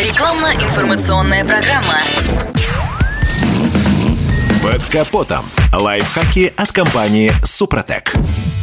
Рекламно-информационная программа. Под капотом. Лайфхаки от компании «Супротек».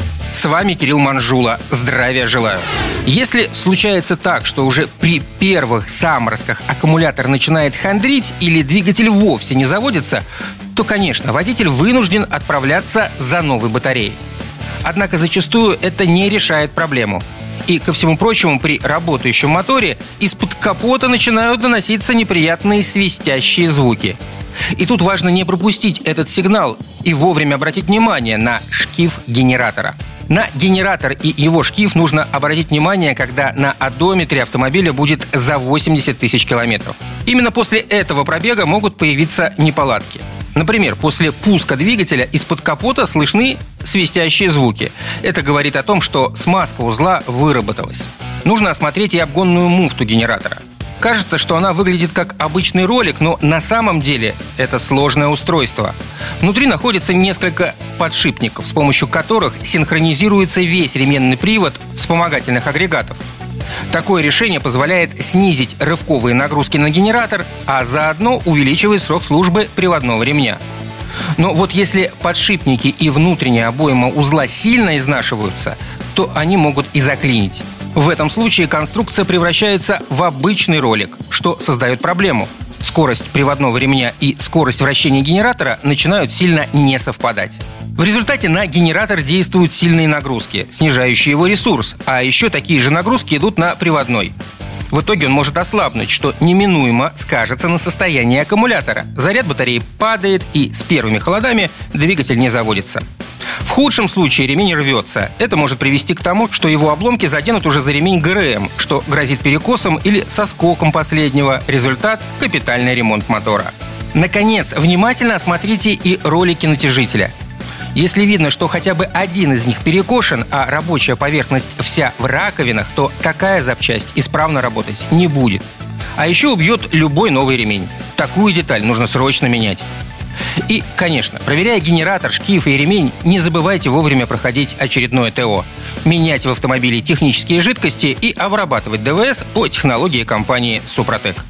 С вами Кирилл Манжула. Здравия желаю. Если случается так, что уже при первых заморозках аккумулятор начинает хандрить или двигатель вовсе не заводится, то, конечно, водитель вынужден отправляться за новой батареей. Однако зачастую это не решает проблему. И, ко всему прочему, при работающем моторе из-под капота начинают доноситься неприятные свистящие звуки. И тут важно не пропустить этот сигнал и вовремя обратить внимание на шкив генератора. На генератор и его шкив нужно обратить внимание, когда на одометре автомобиля будет за 80 тысяч километров. Именно после этого пробега могут появиться неполадки. Например, после пуска двигателя из-под капота слышны свистящие звуки. Это говорит о том, что смазка узла выработалась. Нужно осмотреть и обгонную муфту генератора. Кажется, что она выглядит как обычный ролик, но на самом деле это сложное устройство. Внутри находится несколько подшипников, с помощью которых синхронизируется весь ременный привод вспомогательных агрегатов. Такое решение позволяет снизить рывковые нагрузки на генератор, а заодно увеличивает срок службы приводного ремня. Но вот если подшипники и внутренняя обойма узла сильно изнашиваются, то они могут и заклинить. В этом случае конструкция превращается в обычный ролик, что создает проблему. Скорость приводного ремня и скорость вращения генератора начинают сильно не совпадать. В результате на генератор действуют сильные нагрузки, снижающие его ресурс, а еще такие же нагрузки идут на приводной. В итоге он может ослабнуть, что неминуемо скажется на состоянии аккумулятора. Заряд батареи падает, и с первыми холодами двигатель не заводится. В худшем случае ремень рвется. Это может привести к тому, что его обломки заденут уже за ремень ГРМ, что грозит перекосом или соскоком последнего. Результат – капитальный ремонт мотора. Наконец, внимательно осмотрите и ролики натяжителя. Если видно, что хотя бы один из них перекошен, а рабочая поверхность вся в раковинах, то такая запчасть исправно работать не будет. А еще убьет любой новый ремень. Такую деталь нужно срочно менять. И, конечно, проверяя генератор, шкив и ремень, не забывайте вовремя проходить очередное ТО, менять в автомобиле технические жидкости и обрабатывать ДВС по технологии компании «Супротек».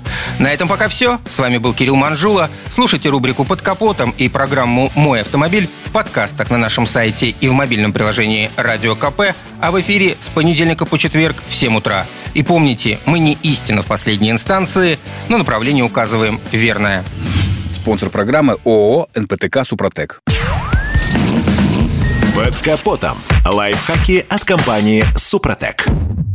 На этом пока все. С вами был Кирилл Манжула. Слушайте рубрику «Под капотом» и программу «Мой автомобиль» в подкастах на нашем сайте и в мобильном приложении «Радио КП», а в эфире с понедельника по четверг в 7 утра. И помните, мы не истина в последней инстанции, но направление указываем верное. Спонсор программы ООО «НПТК Супротек». Под капотом. Лайфхаки от компании «Супротек».